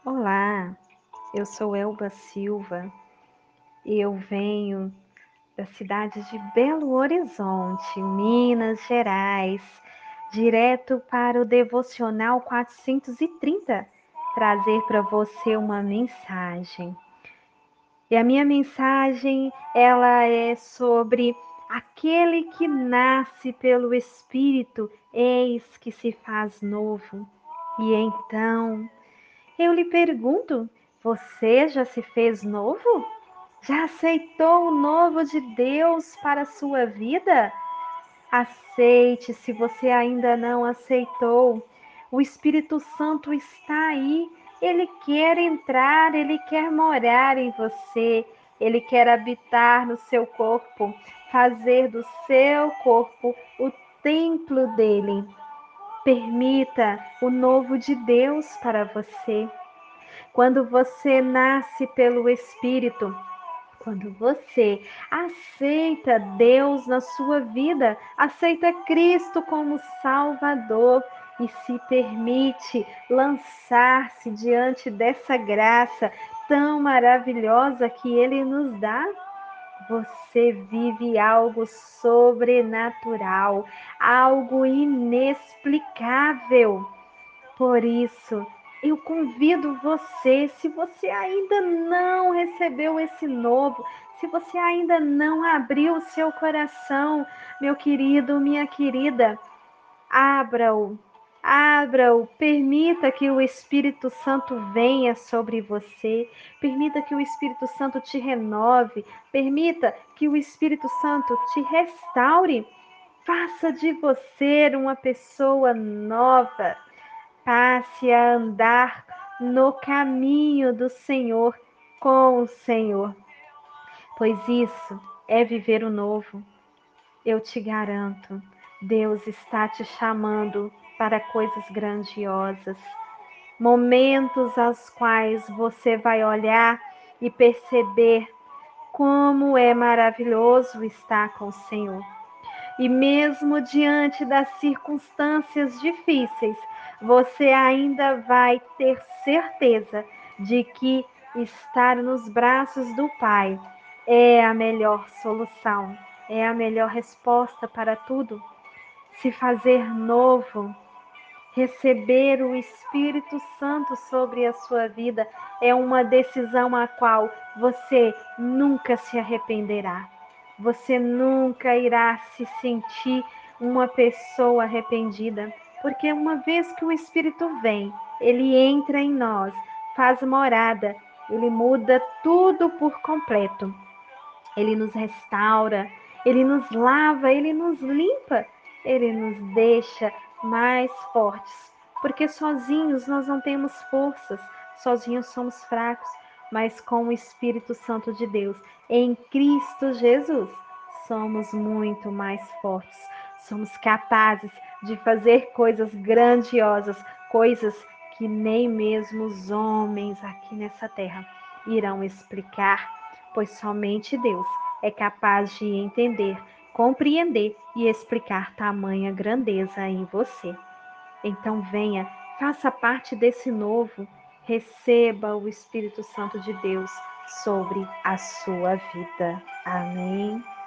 Olá, eu sou Elba Silva e eu venho da cidade de Belo Horizonte, Minas Gerais, direto para o Devocional 430, trazer para você uma mensagem. E a minha mensagem, ela é sobre aquele que nasce pelo Espírito, eis que se faz novo. E então, eu lhe pergunto, você já se fez novo? Já aceitou o novo de Deus para a sua vida? Aceite, se você ainda não aceitou. O Espírito Santo está aí. Ele quer entrar, ele quer morar em você. Ele quer habitar no seu corpo, fazer do seu corpo o templo dele. Permita o novo de Deus para você. Quando você nasce pelo Espírito, quando você aceita Deus na sua vida, aceita Cristo como Salvador e se permite lançar-se diante dessa graça tão maravilhosa que Ele nos dá, você vive algo sobrenatural, algo inexplicável. Por isso, eu convido você, se você ainda não recebeu esse novo, se você ainda não abriu o seu coração, meu querido, minha querida, abra-o, abra-o, permita que o Espírito Santo venha sobre você, permita que o Espírito Santo te renove, permita que o Espírito Santo te restaure, faça de você uma pessoa nova. Passe a andar no caminho do Senhor, com o Senhor, pois isso é viver o novo. Eu te garanto, Deus está te chamando para coisas grandiosas, momentos aos quais você vai olhar e perceber como é maravilhoso estar com o Senhor. E mesmo diante das circunstâncias difíceis, você ainda vai ter certeza de que estar nos braços do Pai é a melhor solução, é a melhor resposta para tudo. Se fazer novo, receber o Espírito Santo sobre a sua vida é uma decisão a qual você nunca se arrependerá. Você nunca irá se sentir uma pessoa arrependida, porque uma vez que o Espírito vem, ele entra em nós, faz morada, ele muda tudo por completo. Ele nos restaura, ele nos lava, ele nos limpa, ele nos deixa mais fortes, porque sozinhos nós não temos forças, sozinhos somos fracos, mas com o Espírito Santo de Deus, em Cristo Jesus, somos muito mais fortes, somos capazes de fazer coisas grandiosas, coisas que nem mesmo os homens aqui nessa terra irão explicar, pois somente Deus é capaz de entender, compreender e explicar tamanha grandeza em você. Então venha, faça parte desse novo, receba o Espírito Santo de Deus sobre a sua vida. Amém.